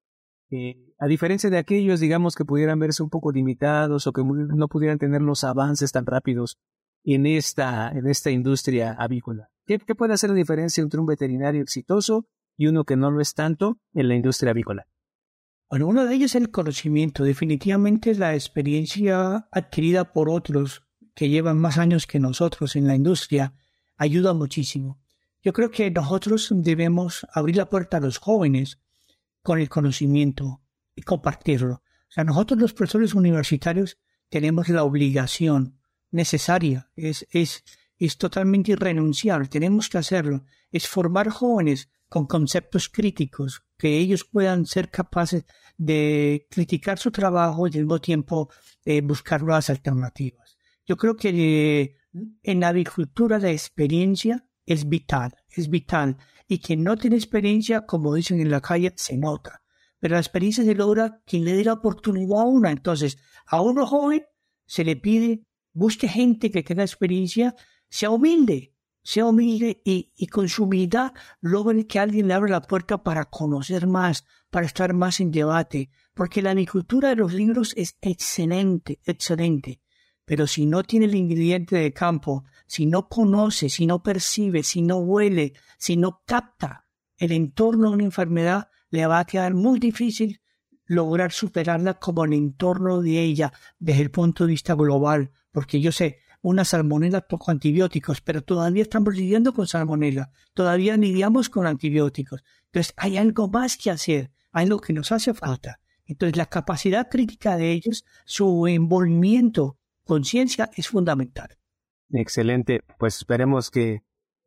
eh, a diferencia de aquellos, digamos, que pudieran verse un poco limitados o que no pudieran tener los avances tan rápidos en esta, en esta industria avícola? ¿Qué, ¿Qué puede hacer la diferencia entre un veterinario exitoso y uno que no lo es tanto en la industria avícola? Bueno, uno de ellos es el conocimiento. Definitivamente la experiencia adquirida por otros que llevan más años que nosotros en la industria ayuda muchísimo. Yo creo que nosotros debemos abrir la puerta a los jóvenes con el conocimiento y compartirlo. O sea, nosotros los profesores universitarios tenemos la obligación necesaria, es, es, es totalmente irrenunciable, tenemos que hacerlo, es formar jóvenes con conceptos críticos, que ellos puedan ser capaces de criticar su trabajo y al mismo tiempo eh, buscar nuevas alternativas. Yo creo que eh, en la agricultura la experiencia es vital, es vital, y quien no tiene experiencia, como dicen en la calle, se nota, pero la experiencia se logra quien le dé la oportunidad a una. Entonces, a uno joven se le pide busque gente que tenga experiencia, sea humilde, sea humilde y, y con su humildad logre que alguien le abra la puerta para conocer más, para estar más en debate, porque la agricultura de los libros es excelente, excelente, pero si no tiene el ingrediente de campo, si no conoce, si no percibe, si no huele, si no capta el entorno de una enfermedad, le va a quedar muy difícil lograr superarla como el entorno de ella desde el punto de vista global. Porque yo sé, una salmonela toca antibióticos, pero todavía estamos lidiando con salmonela, todavía lidiamos con antibióticos. Entonces hay algo más que hacer, hay algo que nos hace falta. Entonces la capacidad crítica de ellos, su envolvimiento, conciencia es fundamental. Excelente, pues esperemos que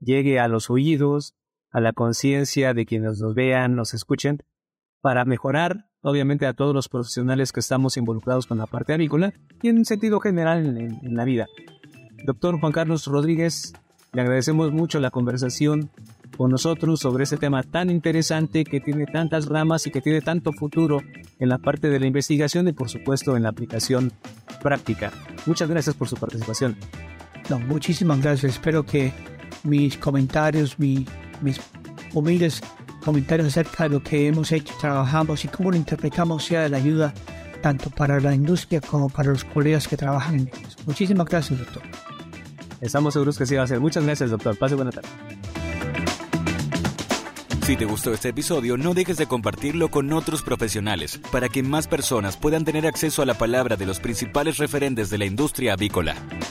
llegue a los oídos, a la conciencia de quienes nos vean, nos escuchen, para mejorar, obviamente, a todos los profesionales que estamos involucrados con la parte avícola y en sentido general en, en, en la vida. Doctor Juan Carlos Rodríguez, le agradecemos mucho la conversación con nosotros sobre este tema tan interesante que tiene tantas ramas y que tiene tanto futuro en la parte de la investigación y, por supuesto, en la aplicación práctica. Muchas gracias por su participación. No, muchísimas gracias. Espero que mis comentarios, mi, mis humildes comentarios acerca de lo que hemos hecho, trabajamos y cómo lo interpretamos sea de la ayuda tanto para la industria como para los colegas que trabajan en ellos. Muchísimas gracias, doctor. Estamos seguros que sí va a ser. Muchas gracias, doctor. Pase buena tarde. Si te gustó este episodio, no dejes de compartirlo con otros profesionales para que más personas puedan tener acceso a la palabra de los principales referentes de la industria avícola.